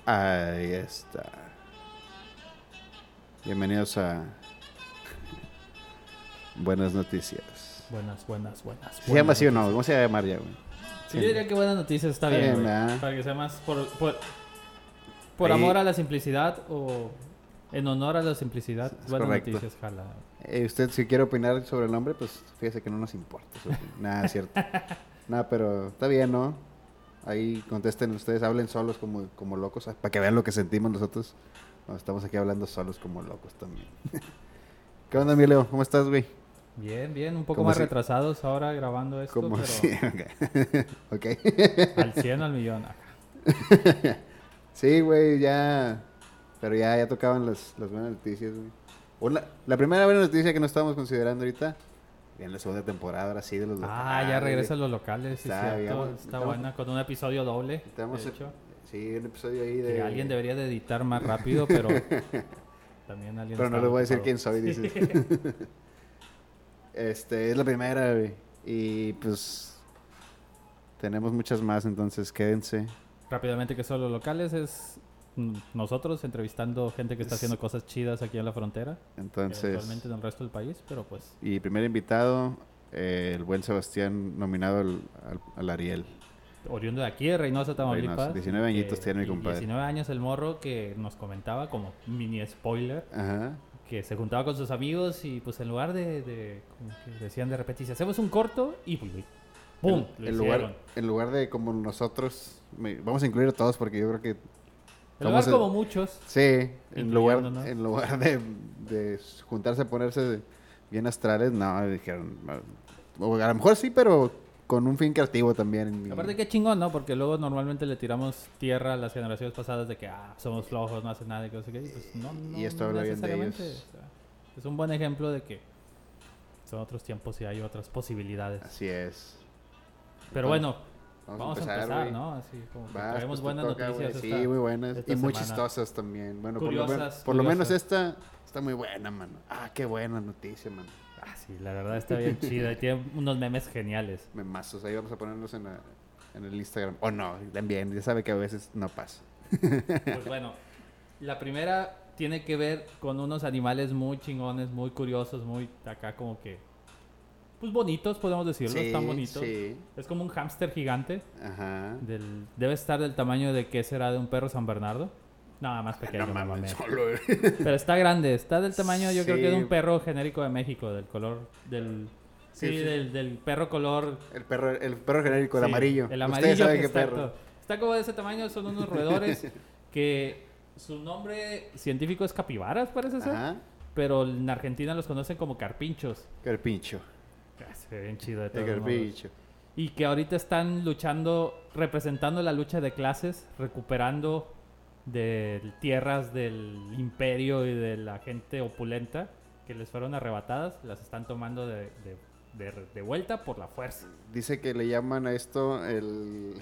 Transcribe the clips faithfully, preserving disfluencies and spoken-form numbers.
Ahí está. Bienvenidos a Buenas Noticias. Buenas, buenas, buenas. ¿Se llama así o no? ¿Cómo se va a llamar ya, güey? Sí, yo diría que buenas noticias está Está bien, bien, güey. ¿verdad? Para que sea más por, por, por Ahí- amor a la simplicidad o en honor a la simplicidad. Es Buenas correcto. noticias, jala. Eh, usted si quiere opinar sobre el nombre, pues fíjese que no nos importa. su opinión. Nada, es cierto. Nada, pero está bien, ¿no? Ahí contesten ustedes, hablen solos como, como locos, para que vean lo que sentimos nosotros. Cuando estamos aquí hablando solos como locos también. ¿Qué onda, Emilio? ¿Cómo estás, güey? Bien, bien. Un poco ¿Cómo más si- retrasados ahora grabando esto, ¿Cómo pero así? Ok. al cien al millón. Ajá. Sí, güey, ya. Pero ya, ya tocaban las, las buenas noticias, güey. Una- la primera buena noticia que no estábamos considerando ahorita, en la segunda temporada, ahora sí, de los locales. Ah, ya regresan los locales, sí, Está, cierto. digamos, Está estamos- buena, con un episodio doble, Estamos, de hecho. sí, un episodio ahí de... Que alguien debería de editar más rápido, pero también alguien Pero no está les voy a decir ocupado. quién soy, dices. Este, es la primera, güey. Y pues tenemos muchas más, entonces quédense. Rápidamente, que son los locales es mm, nosotros entrevistando gente que está Es- haciendo cosas chidas aquí en la frontera, Entonces, eventualmente en el resto del país, pero pues y primer invitado, eh, el buen Sebastián, nominado al, al, al Ariel. oriundo de aquí, de Reynosa, Tamaulipas. Reynosa, diecinueve añitos que- tiene mi y compadre. diecinueve años el morro que nos comentaba como mini spoiler, Ajá. que se juntaba con sus amigos y pues en lugar de, de como que decían de repente, si hacemos un corto y pues, ¡pum! En, Lo en hicieron. lugar, en lugar de como nosotros, me- vamos a incluir a todos porque yo creo que... En lugar vamos a- como muchos. Sí, en lugar, Incluyéndonos. en lugar de, de juntarse a ponerse bien astrales, no, dijeron, no, o a lo mejor sí, pero con un fin creativo también. Y- Aparte qué chingón, ¿no? Porque luego normalmente le tiramos tierra a las generaciones pasadas de que, ah, somos flojos, no hacen nada y cosas que... Pues no, no Y esto habla bien de necesariamente. ellos. O sea, es un buen ejemplo de que son otros tiempos y hay otras posibilidades. Así es. Pero Vamos- bueno, vamos, a empezar, güey. ¿no? Así como que Vas, traemos pues, te buenas toca, noticias. güey. esta- Sí, muy buenas. esta Y muy semana. chistosas también. Bueno, por lo, Curiosas, men- por lo menos curiosas. esta está muy buena, mano. Ah, qué buena noticia, mano. Ah, sí, la verdad está bien chida y tiene unos memes geniales. Memazos. Ahí vamos a ponerlos en, la- en el Instagram. O no, también. Ya sabe que a veces no pasa. Pues bueno, la primera tiene que ver con unos animales muy chingones, muy curiosos, muy acá como que... Pues bonitos, podemos decirlo, Sí, están bonitos. sí. Es como un hámster gigante. Ajá. Del, debe estar del tamaño de que será de un perro San Bernardo. No, más pequeño, No me mames, mamé. solo. Pero está grande, está del tamaño yo creo que de Sí. un perro genérico de México, del color del... Sí, Sí, sí. Del, del perro color... El perro, el perro genérico, el sí, amarillo. El Ustedes amarillo, saben que qué exacto. perro. Está como de ese tamaño, son unos roedores que su nombre científico es capibaras, parece ser. Ajá. Pero en Argentina los conocen como carpinchos. Carpincho. Ah, se ve bien chido de El todos modos. carpincho. Y que ahorita están luchando, representando la lucha de clases, recuperando de tierras del imperio y de la gente opulenta que les fueron arrebatadas, las están tomando de, de, de- de vuelta por la fuerza. Dice que le llaman a esto el...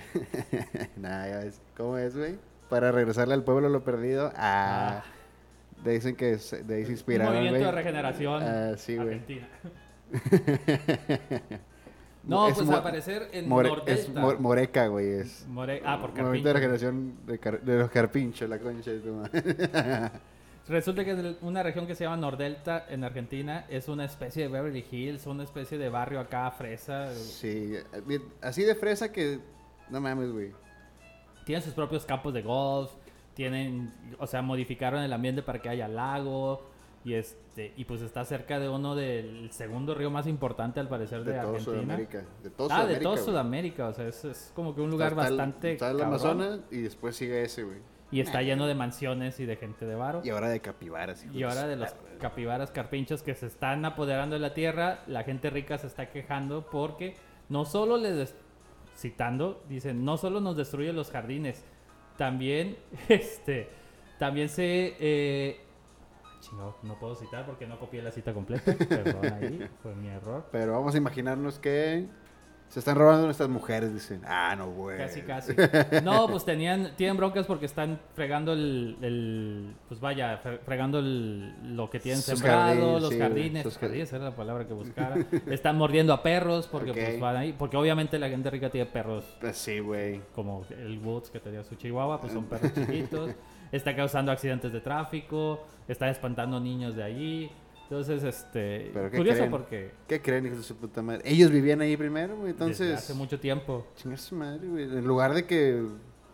Nah, ya ves. ¿Cómo es, güey? Para regresarle al pueblo lo perdido. Ah. Dicen que se- de ahí se Un inspiraron, movimiento güey. de regeneración Ah, sí, güey. argentina. No, Es pues mo- al parecer en More- es Nordelta. mo- Moreca, güey. Es More- ah, por movimiento de Carpincho. regeneración de, car- de los carpinchos, la concha de tu madre. Resulta que de una región que se llama Nordelta en Argentina es una especie de Beverly Hills, una especie de barrio acá fresa. Sí, bien- así de fresa que... No mames, güey. Tienen sus propios campos de golf, tienen, o sea, modificaron el ambiente para que haya lago y este y pues está cerca de uno del segundo río más importante al parecer de, De todo Argentina. Sudamérica. De todo Ah, Sudamérica, de todo güey. Sudamérica, o sea, es, es como que un lugar Está el- bastante Está el cabrón, Amazonas y después sigue ese, güey. y está lleno de mansiones y de gente de varo. Y ahora de capibaras. hijo Y ahora su de los perra. capibaras carpinchos que se están apoderando de la tierra, la gente rica se está quejando porque no solo les des- citando, dicen, no solo nos destruye los jardines, también este también se eh, chingado, no puedo citar porque no copié la cita completa, perdón ahí, fue mi error. Pero vamos a imaginarnos que Se están robando nuestras mujeres, dicen. Ah, no, güey. Casi, casi. No, pues tenían, tienen broncas porque están fregando el, el pues vaya, fregando el, lo que tienen Sus sembrado, jardines, los sí, jardines, sus jardines era la palabra que buscara. Están mordiendo a perros porque Ok. pues van ahí, porque obviamente la gente rica tiene perros Pues sí, güey. como el Woods que tenía su chihuahua, pues son perros chiquitos. Está causando accidentes de tráfico, está espantando niños de allí. Entonces, este, ¿Pero qué curioso creen? porque ¿Qué creen, hijos de su puta madre? Ellos vivían ahí primero, güey, entonces... desde hace mucho tiempo. Chingar su madre, güey. En lugar de que...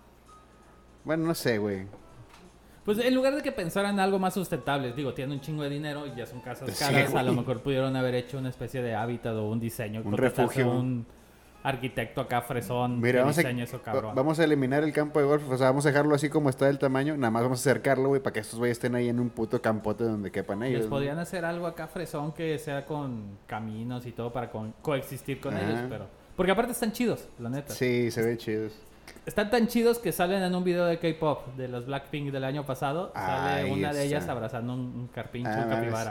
Bueno, no sé, güey. Pues en lugar de que pensaran algo más sustentable, digo, tienen un chingo de dinero y ya son casas Sí, caras, a lo güey. mejor pudieron haber hecho una especie de hábitat o un diseño. Un contratarse refugio. Un arquitecto acá fresón Mira, que vamos a, diseñe eso, va- cabrón. vamos a eliminar el campo de golf. O sea, vamos a dejarlo así como está el tamaño. Nada más vamos a acercarlo, güey, para que estos güeyes estén ahí en un puto campote donde quepan ellos. Les ¿no? podrían hacer algo acá fresón que sea con caminos y todo para con- coexistir con Ajá. ellos, pero... Porque aparte están chidos, la neta. Sí, se ve chidos. Están tan chidos que salen en un video de K-pop de los Blackpink del año pasado. Sale Ahí una de ellas está. abrazando un, un carpincho, Ah, un mames. capibara.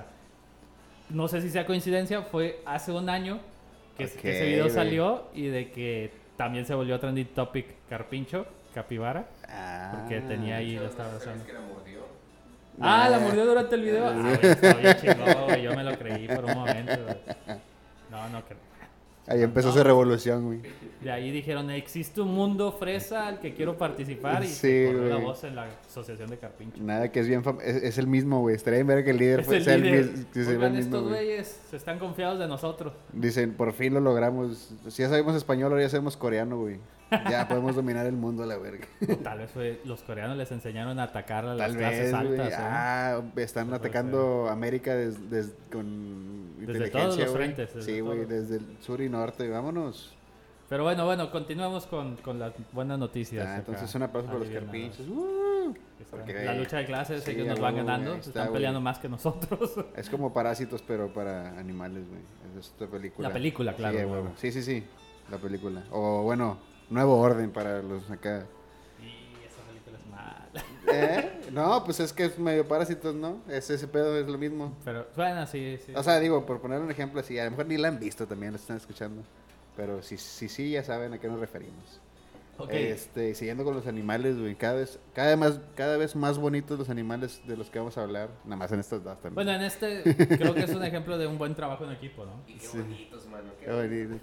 No sé si sea coincidencia, fue hace un año que, Ok, que ese video güey. salió y de que también se volvió trending topic carpincho, capibara, Ah. porque tenía ahí, lo estaba ¿No sabes abrazando. que la mordió? Ah, la Nah. mordió durante el video. Ah, güey, está bien chingón, güey, yo me lo creí por un momento. Güey. No, no creo. Ahí empezó No. su revolución, güey. De ahí dijeron, existe un mundo fresa al que quiero participar y Sí, se corrió la güey. voz en la asociación de carpincho. Nada, que es bien fam- es, es el mismo, güey. Estaría bien ver que el líder Es fue- el sea el líder. mis- que sea Oigan, el mismo, estos güey. güeyes se están confiados de nosotros. Dicen, por fin lo logramos. Si ya sabemos español, ahora ya sabemos coreano, güey. Ya podemos dominar el mundo a la verga. Tal vez fue, los coreanos les enseñaron a atacar a las Tal clases vez, güey. altas. ¿eh? Ah, están Puede atacando América des- des- con Desde inteligencia, todos los güey. frentes, desde Sí, güey, todos. desde el sur y norte. Vámonos. Pero bueno, bueno, continuamos con, con las buenas noticias. Ah, acá, entonces un aplauso para los alivianadas. carpinchos. ¡Uh! Que están- Porque- la lucha de clases, Sí, ellos nos a van huevo, ganando, güey, está, están güey. peleando más que nosotros. Es como Parásitos, pero para animales, güey. Es esta película. La película, claro, Sí, güey. güey. sí, sí, sí. La película. O bueno, Nuevo Orden para los acá. Y esa película es mala. ¿Eh? No, pues es que es medio Parásitos, ¿no? Es ese pedo, es lo mismo. Pero bueno, sí, sí. O sea, digo, por poner un ejemplo así, a lo mejor ni la han visto también, la están escuchando. Pero sí, sí, sí, ya saben a qué nos referimos. Ok. Este, siguiendo con los animales, güey, cada vez, cada vez más, cada vez más bonitos los animales de los que vamos a hablar, nada más en estas dos también. Bueno, en este creo que es un ejemplo de un buen trabajo en equipo, ¿no? Y qué Sí. bonitos, mano. Qué Qué bonito.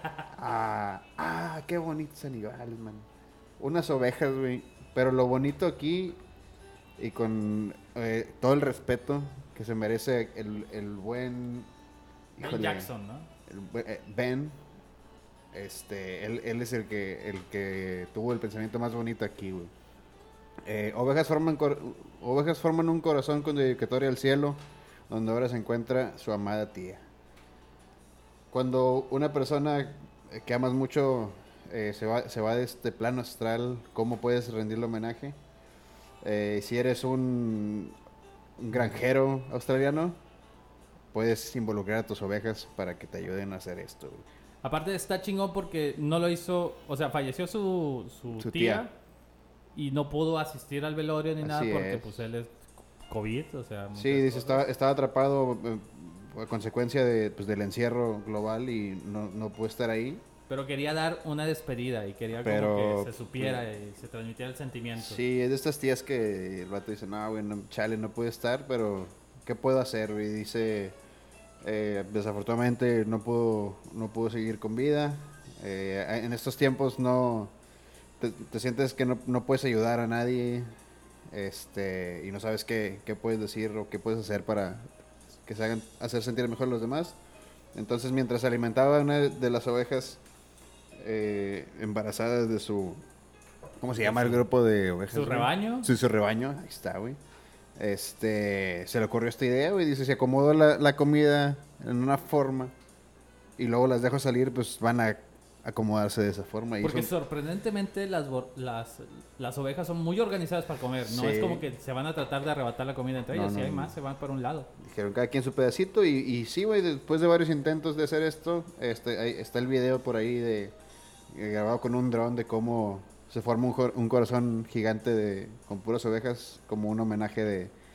Ah, ah, qué bonitos animales, man. Unas ovejas, güey. Pero lo bonito aquí, y con eh, todo el respeto que se merece el, el buen... Ben híjole, Jackson, ¿no? el buen- eh, Ben, este, él, él es el que, el que tuvo el pensamiento más bonito aquí, güey. Eh, ovejas, forman cor- ovejas forman un corazón con dedicatoria al cielo, donde ahora se encuentra su amada tía. Cuando una persona eh, que amas mucho eh, se, va, se va de este plano astral, ¿cómo puedes rendirle homenaje? Eh, si eres un, un granjero australiano, puedes involucrar a tus ovejas para que te ayuden a hacer esto, güey. Aparte está chingón porque no lo hizo, o sea, falleció su, su, Su tía, tía. y no pudo asistir al velorio ni nada Así porque es. pues él es COVID, o sea, muchas Sí, dice, cosas. estaba, estaba atrapado eh, a consecuencia de, pues, del encierro global y no, no pudo estar ahí. Pero quería dar una despedida y quería Pero, como que se supiera y se transmitiera el sentimiento. Sí, es de estas tías que el vato dice, no, güey, no, chale, no puede estar, pero ¿qué puedo hacer, güey? Dice, eh, desafortunadamente no pudo, no pudo seguir con vida. Eh, en estos tiempos no, te, te sientes que no, no puedes ayudar a nadie, este, y no sabes qué, qué puedes decir o qué puedes hacer para que se hagan hacer sentir mejor a los demás. Entonces, mientras alimentaba a una de las ovejas eh, embarazadas de su... ¿Cómo se llama el grupo de ovejas? ¿Su güey? rebaño? Sí, su rebaño. Ahí está, güey. Este, se le ocurrió esta idea, güey. Dice, si acomodo la, la comida en una forma y luego las dejo salir, pues van a acomodarse de esa forma. Y Porque son- sorprendentemente las, bo- las, las ovejas son muy organizadas para comer. No Sí. es como que se van a tratar de arrebatar la comida entre No, ellas. no, si hay no. más, se van para un lado. Dijeron cada quien su pedacito y, y sí, güey, después de varios intentos de hacer esto, este, ahí está el video por ahí de eh, grabado con un dron de cómo se forma un, jor- un corazón gigante de con puras ovejas como un homenaje de,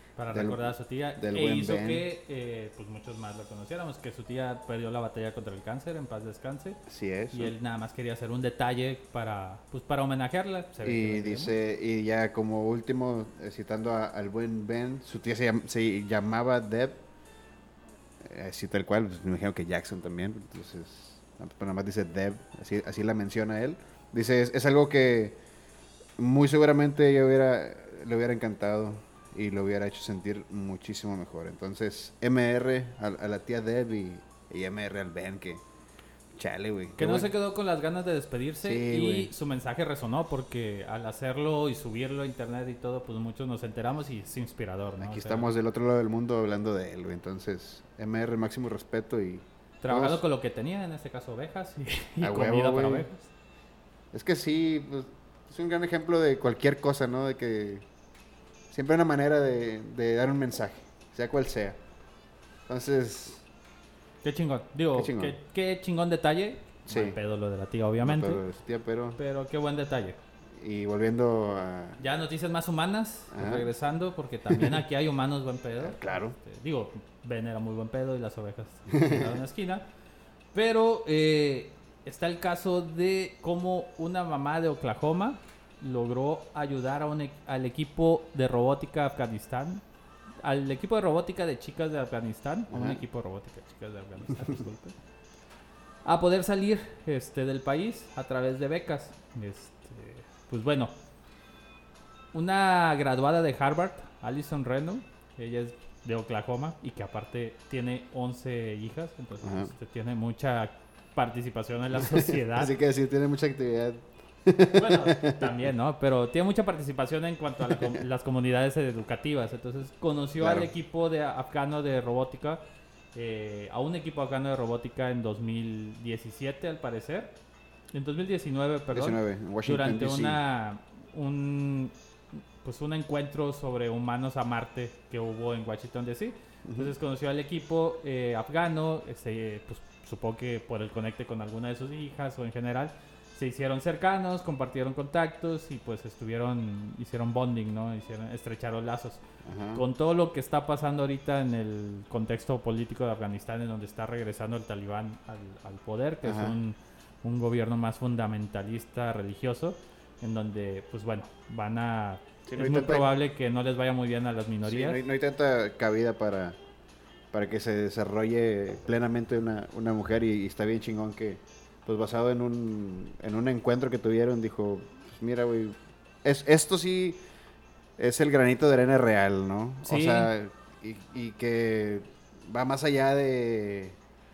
Para del- recordar a su tía. del E buen hizo Ben. que eh, pues muchos más lo conociéramos. Que su tía perdió la batalla contra el cáncer, en paz descanse. Así es. Y él nada más quería hacer un detalle para, pues, para homenajearla. Se ve que Y lo queremos. dice, y ya como último, eh, citando a- al buen Ben, su tía se, llam- se llamaba Deb, eh, así tal cual, pues, me imagino que Jackson también, entonces, no, pues, nada más dice Deb, así, así la menciona él. Dice, es, es algo que muy seguramente ella hubiera, le hubiera encantado y lo hubiera hecho sentir muchísimo mejor. Entonces, M R a, a la tía Deb y, y M R al Ben, que chale, güey. Que qué no bueno. se quedó con las ganas de despedirse Sí, y güey. su mensaje resonó porque al hacerlo y subirlo a internet y todo, pues muchos nos enteramos y es inspirador, ¿no? Aquí O sea, estamos del otro lado del mundo hablando de él, güey. Entonces, M R, máximo respeto y... trabajando todos- con lo que tenía, en este caso ovejas y, y A comida huevo, para güey. ovejas. Es que sí, pues, es un gran ejemplo de cualquier cosa, ¿no? De que siempre hay una manera de, de dar un mensaje, sea cual sea. Entonces, Qué chingón. Digo, Qué qué chingón. chingón, qué, chingón detalle. Sí. Mal pedo lo de la tía, obviamente. no, pero, tía, pero... Pero qué buen detalle. Y volviendo a... Ya noticias más humanas, pues, Ajá. regresando, porque también aquí hay humanos buen pedo. Claro. Este, digo, Ben era muy buen pedo y las ovejas tiradas en la esquina. Pero eh, está el caso de cómo una mamá de Oklahoma logró ayudar a un e- al equipo de robótica de Afganistán. Al equipo de robótica de chicas de Afganistán. A un Ajá. equipo de robótica de chicas de Afganistán, disculpe. A poder salir este, del país a través de becas. Este, pues bueno, una graduada de Harvard, Alison Reno, ella es de Oklahoma y que aparte tiene once hijas, entonces Ajá. este, tiene mucha participación en la sociedad. Así que sí, tiene mucha actividad. Bueno, también, ¿no? Pero tiene mucha participación en cuanto a la com- las comunidades educativas. Entonces conoció Claro. al equipo de afgano de robótica, eh, a un equipo afgano de robótica en dos mil diecisiete, al parecer. En dos mil diecinueve, perdón. diecinueve, en Washington, Durante D C. una un pues un encuentro sobre humanos a Marte que hubo en Washington D C. Entonces conoció al equipo eh, afgano, este, pues supongo que por el conecte con alguna de sus hijas o en general se hicieron cercanos, compartieron contactos y pues estuvieron, hicieron bonding, ¿no? Hicieron, estrecharon lazos. Ajá. Con todo lo que está pasando ahorita en el contexto político de Afganistán, en donde está regresando el talibán al, al poder, que Ajá. es un, un gobierno más fundamentalista religioso, en donde, pues bueno, van a... Sí, es no hay muy tanta- probable que no les vaya muy bien a las Sí, minorías. no, hay, no hay tanta cabida para, para que se desarrolle plenamente una, una mujer y, y está bien chingón que, pues basado en un, en un encuentro que tuvieron, dijo, pues mira, güey, es, esto sí es el granito de arena real, ¿no? O Sí. sea, y, y que va más allá de,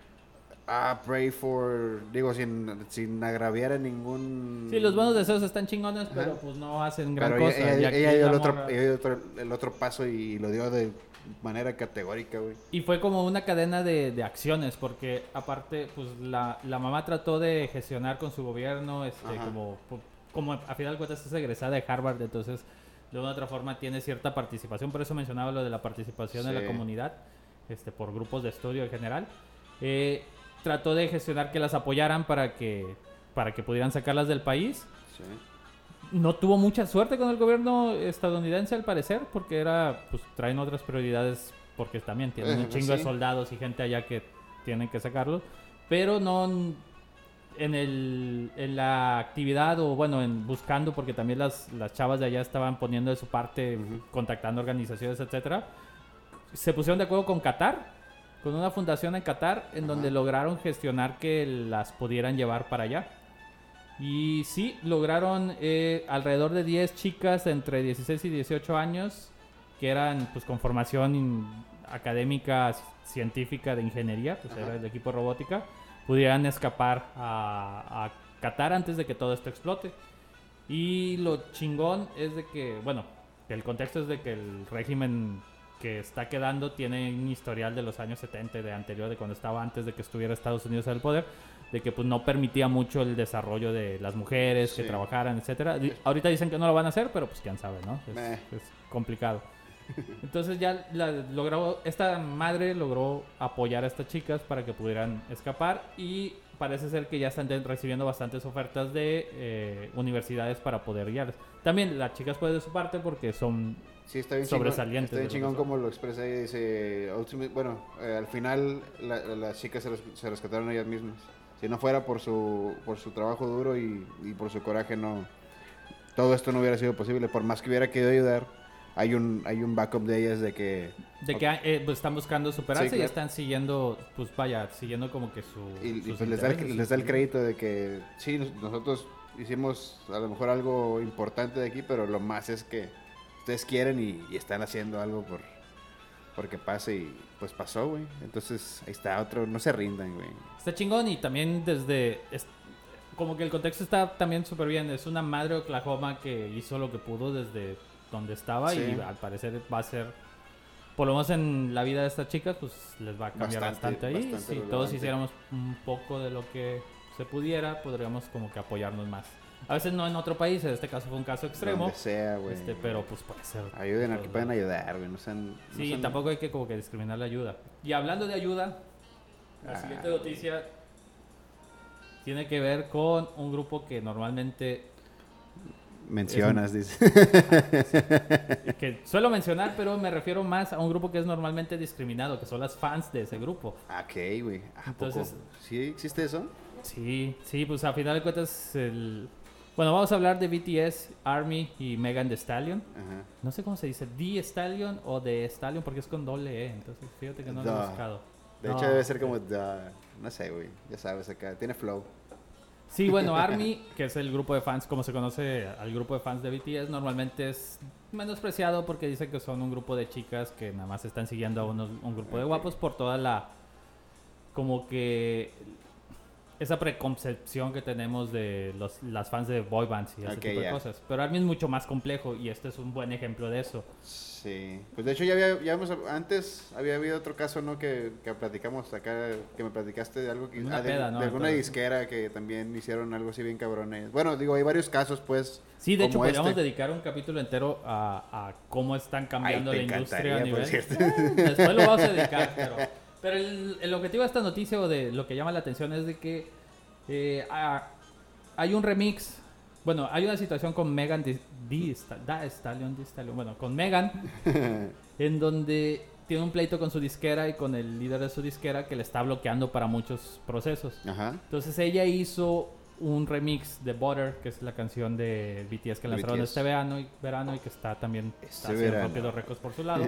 ah, pray for, digo, sin, sin agraviar a ningún... Sí, los buenos deseos están chingones, pero Ajá. pues no hacen gran Pero cosa. ella, Y ella- aquí ella dio la el otro, morra- ella dio otro- el otro paso y lo dio de manera categórica, güey. Y fue como una cadena de, de acciones, porque aparte, pues la, la mamá trató de gestionar con su gobierno, este, Ajá. como, como a final de cuentas es egresada de Harvard, entonces de una u otra forma tiene cierta participación, por eso mencionaba lo de la participación de Sí. la comunidad, este, por grupos de estudio en general. Eh, trató de gestionar que las apoyaran para que, para que pudieran sacarlas del país. Sí. No tuvo mucha suerte con el gobierno estadounidense al parecer, porque era, pues traen otras prioridades, porque también tienen Eh, un chingo de sí. soldados y gente allá que tienen que sacarlos, pero no en el en la actividad o bueno, en buscando, porque también las, las chavas de allá estaban poniendo de su parte, Ujú. contactando organizaciones, etcétera. Se pusieron de acuerdo con Qatar, con una fundación en Qatar, en donde Ajá. lograron gestionar que las pudieran llevar para allá. Y sí, lograron eh, alrededor de diez chicas de entre dieciséis y dieciocho años, que eran pues con formación in- académica, c- científica de ingeniería, pues Ajá. era el equipo de robótica, pudieran escapar a, a Qatar antes de que todo esto explote. Y lo chingón es de que, bueno, el contexto es de que el régimen que está quedando tiene un historial de los años setenta, de anterior, de cuando estaba antes de que estuviera Estados Unidos al poder, de que pues no permitía mucho el desarrollo de las mujeres que Sí. trabajaran, etcétera. Di- Ahorita dicen que no lo van a hacer, pero pues quién sabe, ¿no? Es, Meh. es complicado. Entonces ya la, logró, esta madre logró apoyar a estas chicas para que pudieran escapar y parece ser que ya están de- recibiendo bastantes ofertas de eh, universidades para poder guiarles. También las chicas pueden de su parte porque son Sí, está bien sobresalientes. Chingón, está bien de chingón lo que son. como lo expresa ella. Dice, ultimate- bueno, eh, al final la- las chicas se, res- se rescataron ellas mismas. Si no fuera por su, por su trabajo duro y, y por su coraje, no, todo esto no hubiera sido posible. Por más que hubiera querido ayudar, hay un, hay un backup de ellas de que... De que eh, pues, están buscando superarse Sí, y claro. están siguiendo, pues vaya, siguiendo como que su... Y, y sus pues les da, el, intereses, les da el sus- crédito de que sí, nos- nosotros hicimos a lo mejor algo importante de aquí, pero lo más es que ustedes quieren y, y están haciendo algo por porque pase y pues pasó, güey. Entonces ahí está otro, no se rindan, güey. Está chingón y también desde... es- como que el contexto está también súper bien. Es una madre de Oklahoma que hizo lo que pudo desde donde estaba Sí. y al parecer va a ser... Por lo menos en la vida de estas chicas, pues les va a cambiar Bastante, bastante, ahí. bastante Si todos relevante. hiciéramos un poco de lo que se pudiera, podríamos como que apoyarnos más. A veces no en otro país, en este caso fue un caso extremo. Donde sea, güey. Este, pero pues puede ser. Ayuden a que Pues, puedan ayudar, güey. No sean, no Sí, sean- tampoco hay que como que discriminar la ayuda. Y hablando de ayuda, la Ah. siguiente noticia tiene que ver con un grupo que normalmente, mencionas, dice. que suelo mencionar, pero me refiero más a un grupo que es normalmente discriminado, que son las fans de ese grupo. Ah, ok, güey. Ah, Entonces- Entonces, ¿sí existe eso? Sí, sí, pues a final de cuentas el... Bueno, vamos a hablar de B T S, ARMY y Megan Thee Stallion. Ajá. No sé cómo se dice, The Stallion o The Stallion porque es con doble E, entonces fíjate que no lo he The. buscado. De No, hecho, debe ser ok. como, da- no sé, güey. Ya sabes, acá. Tiene flow. Sí, bueno, ARMY, que es el grupo de fans, como se conoce al grupo de fans de B T S, normalmente es menospreciado porque dicen que son un grupo de chicas que nada más están siguiendo a unos- un grupo de Ok. guapos por toda la... como que... esa preconcepción que tenemos de los, las fans de boy bands y ese Ok, tipo de ya. cosas. Pero ARMY es mucho más complejo y este es un buen ejemplo de eso. Sí. Pues de hecho, ya había, ya hemos, antes había habido otro caso, ¿no? Que, que platicamos acá, que me platicaste de algo que. Una ah, de, peda, ¿no? de alguna Entonces- disquera que también hicieron algo así bien cabrones. Bueno, digo, hay varios casos, pues. Sí, de hecho, como podríamos este. dedicar un capítulo entero a, a cómo están cambiando Ay, te la industria a encantaría, por nivel. cierto. Eh, Después lo vamos a dedicar, pero, pero el, el objetivo de esta noticia o de lo que llama la atención es de que eh, ah, hay un remix. Bueno, hay una situación con Megan Thee Thee Sta- Da Stallion, Thee Stallion, bueno, con Megan, en donde tiene un pleito con su disquera y con el líder de su disquera que le está bloqueando para muchos procesos. Ajá. Entonces ella hizo un remix de Butter, que es la canción de B T S que De lanzaron B T S. este verano y, verano y que está también Este está haciendo verano. rompiendo récords por su lado.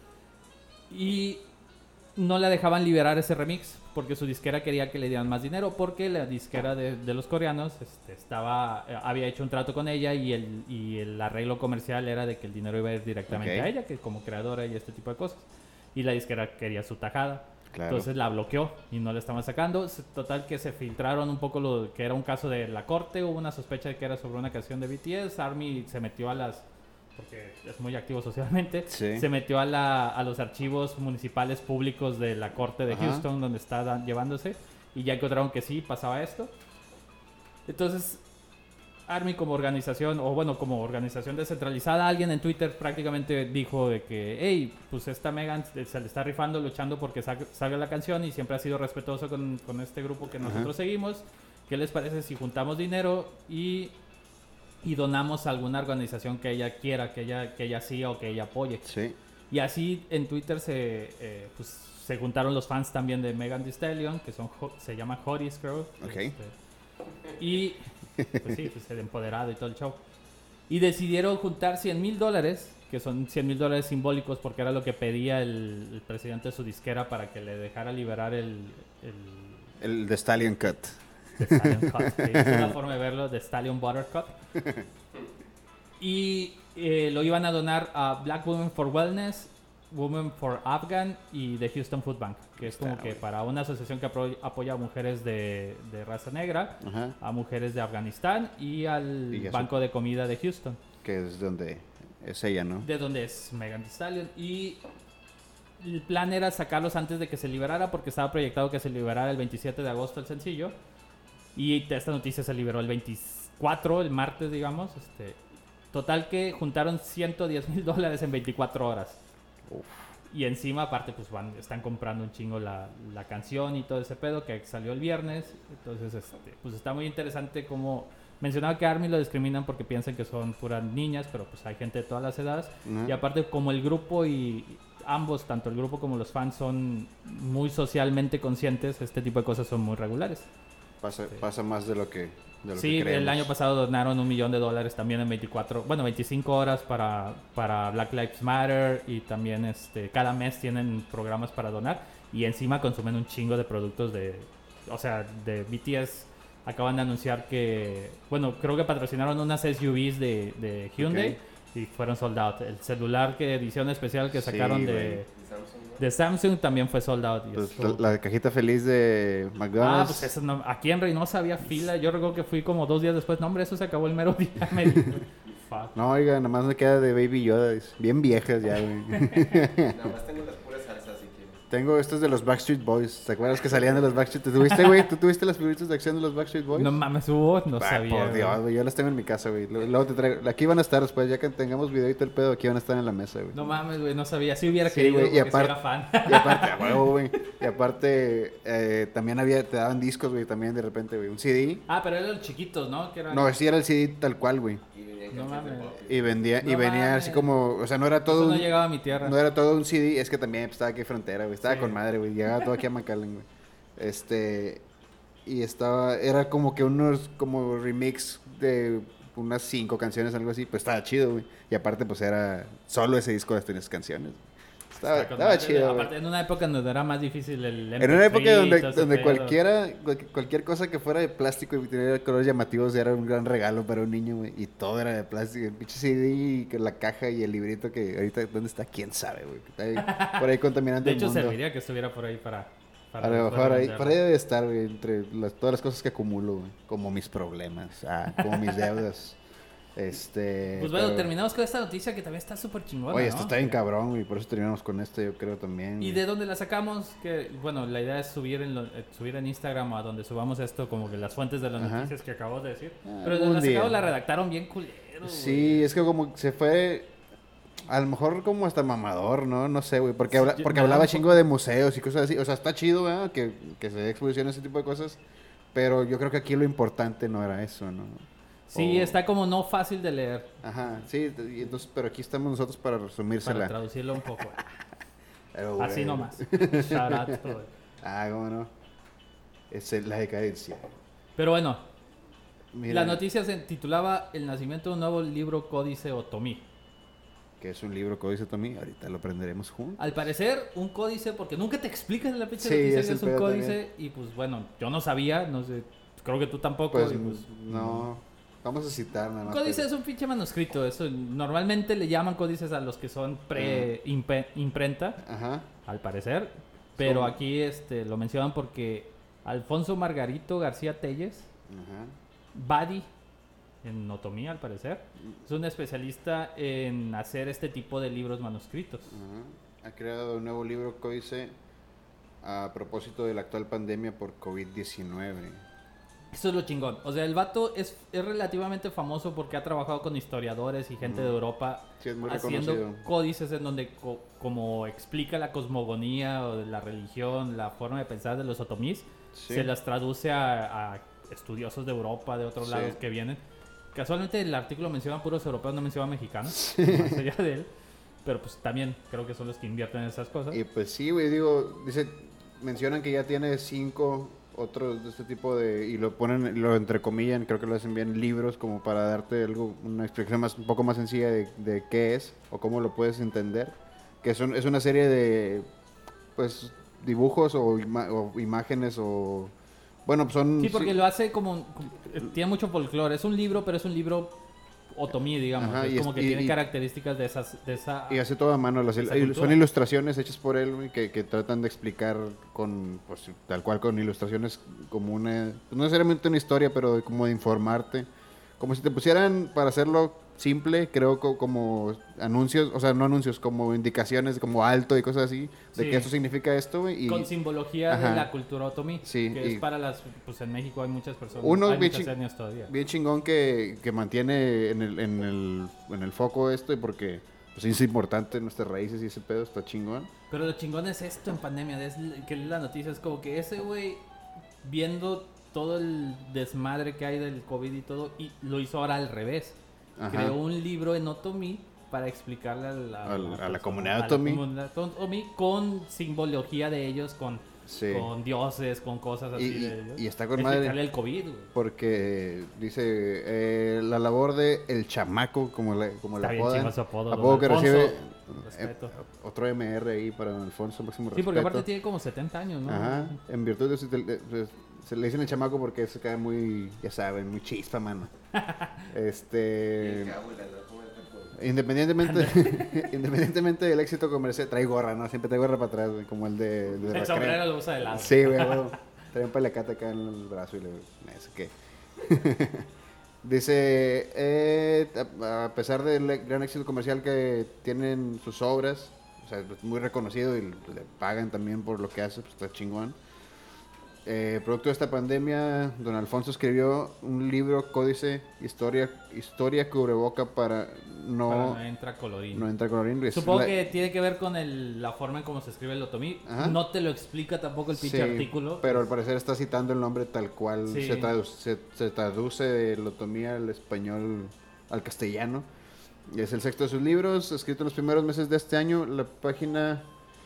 Y no la dejaban liberar ese remix porque su disquera quería que le dieran más dinero porque la disquera de, de los coreanos este, estaba eh, había hecho un trato con ella y el, y el arreglo comercial era de que el dinero iba a ir directamente Ok. a ella, que como creadora y este tipo de cosas. Y la disquera quería su tajada. Claro. Entonces la bloqueó y no la estaban sacando. Se- Total que se filtraron un poco lo que era un caso de la corte. Hubo una sospecha de que era sobre una canción de B T S. ARMY se metió a las... porque es muy activo socialmente. Sí. Se metió a, la, a los archivos municipales públicos de la corte de Ajá. Houston donde está da- llevándose. Y ya encontraron que sí, pasaba esto. Entonces... ARMY como organización, o bueno, como organización descentralizada, alguien en Twitter prácticamente dijo de que, hey, pues esta Megan se se le está rifando luchando porque sa- salga la canción y siempre ha sido respetuoso con, con este grupo que nosotros Ajá. seguimos. ¿Qué les parece si juntamos dinero y, y donamos a alguna organización que ella quiera, que ella, que ella siga o que ella apoye? Sí. Y así en Twitter se, eh, pues, se juntaron los fans también de Megan Thee Stallion, que son jo- se llama Hotties Girl. Ok. Este, y pues sí, pues el empoderado y todo el show. Y decidieron juntar cien mil dólares, que son cien mil dólares simbólicos porque era lo que pedía el, el presidente de su disquera para que le dejara liberar el... el El de Stallion Cut. The Stallion Cut. Sí, es una forma de verlo, de Stallion Butter Cut. Y eh, lo iban a donar a Black Women for Wellness, Women for Afghan y The Houston Food Bank, que es como Está, que güey. para una asociación que apro- apoya a mujeres de, de raza negra, Ajá. a mujeres de Afganistán y al Y a su- Banco de Comida de Houston, Que es donde es ella, ¿no? de donde es Megan Thee Stallion. Y el plan era sacarlos antes de que se liberara porque estaba proyectado que se liberara el veintisiete de agosto el sencillo. Y esta noticia se liberó el veinticuatro, el martes, digamos. Este, total que juntaron ciento diez mil dólares en veinticuatro horas. Uf. Y encima, aparte, pues van, están comprando un chingo la, la canción y todo ese pedo que salió el viernes. Entonces, este, pues está muy interesante como... Mencionaba que Army lo discriminan porque piensan que son puras niñas, pero pues hay gente de todas las edades. Uh-huh. Y aparte, como el grupo y ambos, tanto el grupo como los fans, son muy socialmente conscientes, este tipo de cosas son muy regulares. Pasa, sí. pasa más de lo que de lo Sí, que creemos. El año pasado donaron un millón de dólares también en veinticuatro, bueno, veinticinco horas para, para Black Lives Matter, y también este cada mes tienen programas para donar, y encima consumen un chingo de productos de, o sea, de B T S. Acaban de anunciar que, bueno, creo que patrocinaron unas S U Vs de, de Hyundai, okay. Y fueron sold out. El celular, que edición especial que sacaron sí, de, Samsung, de Samsung también fue sold out. Pues estuvo... la, la cajita feliz de McDonald's. Ah, pues eso no, aquí en Reynosa había fila. Yo recuerdo que fui como dos días después. No, hombre, eso se acabó el mero día. Me dijo, no, oiga, nada más me queda de Baby Yoda. Bien viejas ya, güey. Nada más tengo las puras salsas, si quieres. Tengo estos de los Backstreet Boys. ¿Te acuerdas que salían de los Backstreet? ¿Tú tuviste, güey? ¿Tú tuviste las figuritas de acción de los Backstreet Boys? No mames, hubo, no ah, sabía. Por Dios, güey. Yo las tengo en mi casa, güey. Luego te traigo. Aquí van a estar después, ya que tengamos video y todo el pedo, aquí van a estar en la mesa, güey. No mames, güey, no sabía. Si hubiera sí, querido, güey, y aparte, si era fan. Y aparte, a huevo, güey. Y aparte, eh, también había, te daban discos, güey, también de repente, güey. Un C D. Ah, pero eran los chiquitos, ¿no? Que eran... No, sí era el C D tal cual, güey. No mames. Y vendía, no y venía mames. así como, o sea, no era todo Eso no un, llegaba a mi tierra. No era todo un C D, es que también pues, estaba aquí frontera, güey, estaba sí. con madre, güey, llegaba todo aquí a McAllen, güey. Este, y estaba, era como que unos, como remix de unas cinco canciones, algo así, pues estaba chido, güey. Y aparte, pues era, solo ese disco tenía esas canciones. Estaba, estaba chido, aparte, güey. En una época donde era más difícil el M P tres. En una época donde, donde cualquiera, cualquier cosa que fuera de plástico y tuviera colores llamativos era un gran regalo para un niño, güey. Y todo era de plástico. El pinche C D y la caja y el librito que ahorita, ¿dónde está? ¿Quién sabe, güey? Está ahí, por ahí contaminando el mundo. De hecho, mundo. serviría que estuviera por ahí para... para a lo mejor ahí, por ahí debe estar, güey, entre las, todas las cosas que acumulo, güey. Como mis problemas, ah, como mis deudas. Este, pues bueno, pero... terminamos con esta noticia que también está súper chingona. Oye, ¿no? esto está bien cabrón, güey, por eso terminamos con esto, yo creo también. ¿Y de dónde la sacamos? Que bueno, la idea es subir en, lo, eh, subir en Instagram a donde subamos esto, como que las fuentes de las Ajá. noticias que acabo de decir. Ah, pero de la sacamos la redactaron bien culero. Sí, wey. Es que como se fue, a lo mejor como hasta mamador, ¿no? No sé, güey, porque, habla, porque hablaba chingo de museos y cosas así. O sea, está chido, ¿verdad? Que, que se dé exposición, ese tipo de cosas. Pero yo creo que aquí lo importante no era eso, ¿no? Sí, o... está como no fácil de leer. Ajá, sí, y entonces, pero aquí estamos nosotros para resumírsela. Para traducirlo un poco. Pero, así nomás. Shout out, ah, cómo no. Es la decadencia. Pero bueno, Mira, la noticia se titulaba El nacimiento de un nuevo libro códice Otomí. ¿Qué es un libro códice Otomí? Ahorita lo aprenderemos juntos. Al parecer, un códice, porque nunca te explican en la pinche sí, noticia es que es un códice. También. Y pues bueno, yo no sabía, no sé, creo que tú tampoco. Pues, y pues, no, vamos a citar nada más. Un códice pero... es un pinche manuscrito, eso normalmente le llaman códices a los que son pre-imprenta, Ajá. al parecer. Pero sí. Aquí este lo mencionan porque Alfonso Margarito García Telles, Ajá. Badi, en Otomí, al parecer, es un especialista en hacer este tipo de libros manuscritos. Uh-huh. Ha creado un nuevo libro códice a propósito de la actual pandemia por covid diecinueve. Eso es lo chingón. O sea, el vato es, es relativamente famoso porque ha trabajado con historiadores y gente uh-huh. de Europa sí, es muy haciendo reconocido. Códices en donde co- como explica la cosmogonía o de la religión, la forma de pensar de los otomís, sí. se las traduce a, a estudiosos de Europa, de otros sí. lados que vienen. Casualmente el artículo menciona puros europeos, no menciona mexicanos, sí. más allá de él. Pero pues también creo que son los que invierten en esas cosas. Y pues sí, güey, digo, dice, mencionan que ya tiene cinco otros de este tipo de, y lo ponen, lo entrecomillan, creo que lo hacen bien, libros, como para darte algo, una explicación más, un poco más sencilla de, de qué es, o cómo lo puedes entender. Que son, es una serie de, pues, dibujos o, ima, o imágenes o... Bueno, son... Sí, porque sí. lo hace como, como... Tiene mucho folclore. Es un libro, pero es un libro otomí, digamos. Ajá, es como es, que y, tiene y, características de esas... De esa, y hace todo a mano. Las, son ilustraciones hechas por él que, que tratan de explicar con... Pues, tal cual, con ilustraciones como una... Pues no necesariamente una historia, pero como de informarte. Como si te pusieran, para hacerlo simple, creo co- como anuncios, o sea, no anuncios, como indicaciones, como alto y cosas así, de sí. que esto significa esto. Y, con simbología ajá. de la cultura otomí, sí, que es para las, pues en México hay muchas personas, uno hay bien muchas ching, etnias todavía. Bien chingón que, que mantiene en el, en, el, en el foco esto, y porque pues es importante nuestras raíces y ese pedo está chingón. Pero lo chingón es esto en pandemia, es l- que la noticia es como que ese güey, viendo todo el desmadre que hay del COVID y todo, y lo hizo ahora al revés. Ajá. Creó un libro en Otomí para explicarle a la, Al- a la persona- comunidad a la Otomí. comunidad Otomí con simbología de ellos, con, Sí. con dioses, con cosas así Y- y- de ellos. y está con Explicarle madre. el COVID, güey. Porque dice eh, la labor de el chamaco, como le, como le Está bien apodan. chingón su apodo, don Apodo que Alfonso. recibe Respeto. eh, otro M R ahí para don Alfonso, máximo Sí, respeto. porque aparte tiene como setenta años, ¿no? Ajá, en virtud de su... de- de- se le dicen el chamaco porque se cae muy, ya saben, muy chispa, mano. Este... El cabo y la edad joven, pues. Independientemente, independientemente del éxito comercial, trae gorra, ¿no? Siempre trae gorra para atrás, güey, como el de, el de El Recreo. sombrero lo usa de lado. Sí, güey, güey. Trae un palacate acá en el brazo y le... No sé qué. Dice, eh, a a pesar del e- gran éxito comercial que tienen sus obras, o sea, es muy reconocido y le pagan también por lo que hace, pues está chingón. Eh, producto de esta pandemia, don Alfonso escribió un libro, códice, historia, historia cubreboca para no, Para no entra colorín. no entrar colorín. Es Supongo la- que tiene que ver con el, la forma en cómo se escribe el otomí. Ajá. No te lo explica tampoco el pinche Sí, artículo. pero al parecer está citando el nombre tal cual Sí. se, tradu- se, se traduce de la otomía al español, al castellano. Y es el sexto de sus libros, escrito en los primeros meses de este año. La página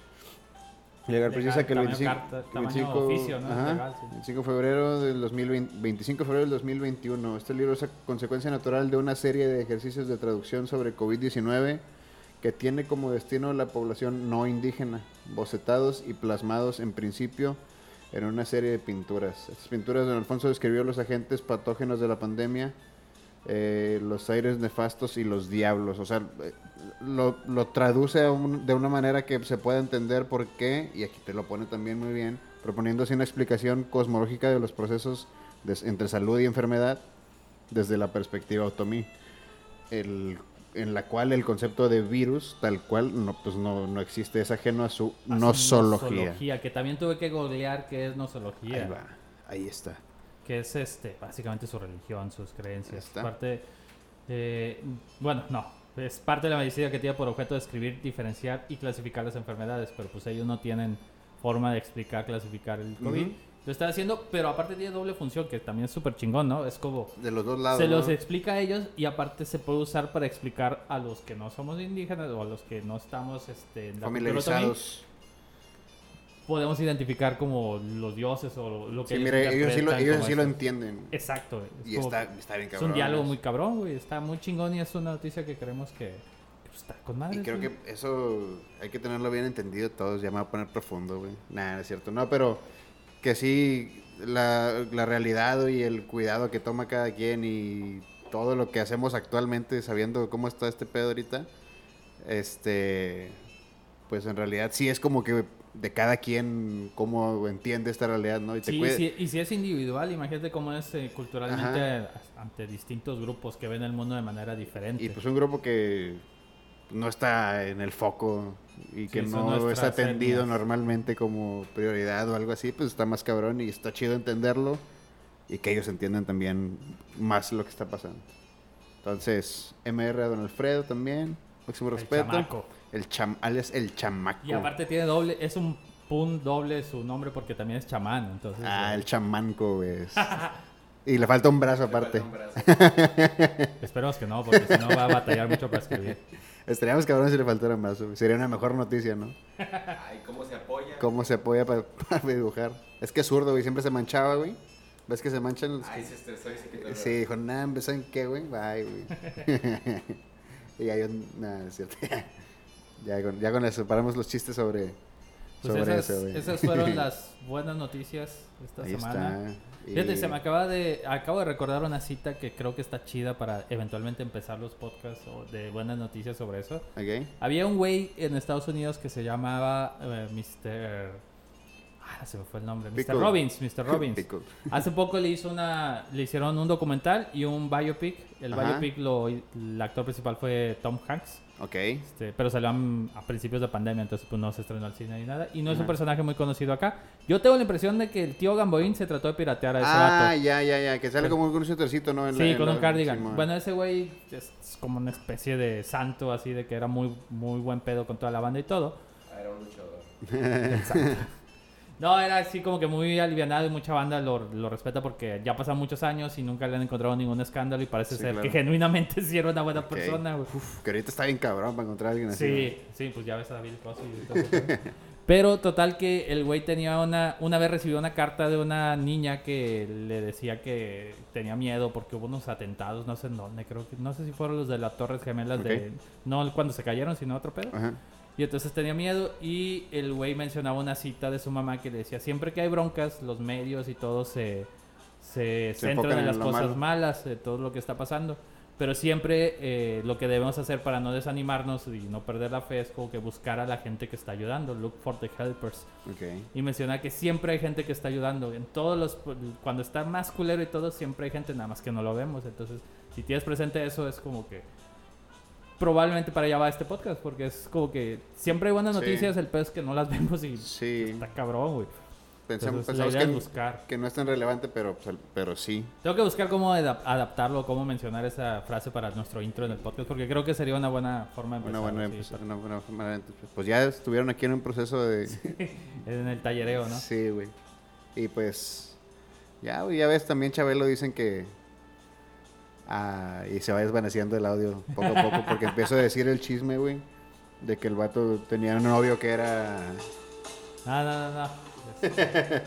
legal Legal, precisa que el tamaño veinticinco, carta, el tamaño veinticinco oficio, ¿no? ajá, Legal, sí. veinticinco de febrero del dos mil veinte, veinticinco de febrero del dos mil veintiuno. Este libro es a consecuencia natural de una serie de ejercicios de traducción sobre COVID diecinueve que tiene como destino la población no indígena, bocetados y plasmados en principio en una serie de pinturas. Estas pinturas, don Alfonso describió los agentes patógenos de la pandemia, eh, los aires nefastos y los diablos. O sea, eh, lo, lo traduce a un- de una manera que se pueda entender por qué, y aquí te lo pone también muy bien, proponiendo así una explicación cosmológica de los procesos de- entre salud y enfermedad desde la perspectiva otomí, el, en la cual el concepto de virus tal cual no, pues no, no existe, es ajeno a su Así, nosología. nosología, que también tuve que googlear qué es nosología. Ahí va, ahí está. Que es este, básicamente su religión, sus creencias. Está. Parte, eh, bueno, no, es parte de la medicina que tiene por objeto describir, diferenciar y clasificar las enfermedades, pero pues ellos no tienen forma de explicar, clasificar el COVID. Ujú. Lo está haciendo, pero aparte tiene doble función, que también es súper chingón, ¿no? Es como, De los dos lados. se los ¿no? explica a ellos y aparte se puede usar para explicar a los que no somos indígenas o a los que no estamos este, en la cultura otomí. Familiarizados. Podemos identificar como los dioses o lo que Sí, mire, ellos sí lo, interpretan ellos como sí lo esto. entienden. Exacto. es Y como está, que está bien es cabrón. un diálogo es- muy cabrón, güey. Está muy chingón y es una noticia que creemos que, que, pues, está con madre. Y creo que eso hay que tenerlo bien entendido todos. Ya me voy a poner profundo, güey. Nah, no es cierto. No, pero que sí, la, la realidad y el cuidado que toma cada quien y todo lo que hacemos actualmente, sabiendo cómo está este pedo ahorita, este, pues en realidad sí es como que de cada quien cómo entiende esta realidad, ¿no? Y te Sí, cuida- sí, y si es individual, imagínate cómo es eh, culturalmente ante distintos grupos que ven el mundo de manera diferente. Y pues un grupo que no está en el foco y que Sí, son no nuestras está atendido etnias. normalmente como prioridad o algo así, pues está más cabrón y está chido entenderlo y que ellos entiendan también más lo que está pasando. Entonces, M R a don Alfredo también, máximo El respeto. chamaco. El cham, alias el chamaco. Y aparte tiene doble, es un pun doble su nombre porque también es chamán, entonces... Ah, eh, el chamanco, güey. Y le falta un brazo Le falta aparte. un brazo. Esperemos que no, porque si no va a batallar mucho para escribir. Estaríamos cabrones si le faltara un brazo, güey. Sería una mejor noticia, ¿no? Ay, ¿cómo se apoya? Cómo se apoya para, para dibujar. Es que es zurdo, güey. Siempre se manchaba, güey. ¿Ves que se manchan los... Ay, se estresó y se quitó el Sí, dijo, nada, ¿saben qué, güey? Bye, güey. Y ya yo... Nada, es cierto. Ya con, ya con eso, paramos los chistes sobre, Pues sobre esas, eso, güey. esas fueron las buenas noticias esta Ahí semana. está. Y- Fíjate, se me acaba de... Acabo de recordar una cita que creo que está chida para eventualmente empezar los podcasts o de buenas noticias sobre eso. Ok. Había un güey en Estados Unidos que se llamaba eh, mister Ah, se me fue el nombre. mister Pickle. Robbins, mister Robbins. Pickle. Hace poco le hizo una... Le hicieron un documental y un biopic. El Ajá. biopic, lo, el actor principal fue Tom Hanks. Ok. Este, pero salió a, a principios de pandemia, entonces pues no se estrenó al cine ni nada. Y no es un Ajá. personaje muy conocido acá. Yo tengo la impresión de que el tío Gamboín se trató de piratear a ese Ah, vato. ya, ya, ya. Que sale Pues- como con un suétercito, ¿no? En la- Sí, en con la- un cardigan. Simón. Bueno, ese güey es como una especie de santo, así de que era muy, muy buen pedo con toda la banda y todo. Ah, era un luchador. Exacto. No, era así como que muy alivianado y mucha banda lo, lo respeta porque ya pasan muchos años y nunca le han encontrado ningún escándalo y parece Sí, ser claro. que genuinamente sí era una buena Ok. persona, güey. Que ahorita está bien cabrón para encontrar a alguien así. Sí, sí, pues ya ves a Bill Cosby y todo eso. Pero total que el güey tenía una... Una vez recibió una carta de una niña que le decía que tenía miedo porque hubo unos atentados, no sé en dónde, creo que... No sé si fueron los de las Torres Gemelas de... No cuando se cayeron, sino otro pedo. Ajá. Y entonces tenía miedo y el güey mencionaba una cita de su mamá que le decía, siempre que hay broncas, los medios y todo se, se, Se centran enfocan en en las lo cosas malo. malas, de todo lo que está pasando. Pero siempre eh, lo que debemos hacer para no desanimarnos y no perder la fe es como que buscar a la gente que está ayudando, look for the helpers. Ok. Y menciona que siempre hay gente que está ayudando. En todos los, cuando está más culero y todo, siempre hay gente, nada más que no lo vemos. Entonces, si tienes presente eso, es como que probablemente para allá va este podcast, porque es como que siempre hay buenas Sí. noticias, el pez que no las vemos y Sí. está cabrón, güey. Pensamos, Entonces, la pensamos idea que, es buscar. que no es tan relevante, pero, pues, pero sí. Tengo que buscar cómo adap- adaptarlo, cómo mencionar esa frase para nuestro intro en el podcast, porque creo que sería una buena forma de Una empezar. buena, sí, empezar, una buena forma de- Pues ya estuvieron aquí en un proceso de... en el tallereo, ¿no? Sí, güey. Y pues... Ya, güey, ya ves, también Chabelo dicen que... Ah, y se va desvaneciendo el audio poco a poco, porque empiezo a decir el chisme, güey, de que el vato tenía un novio que era... No, no, no, no.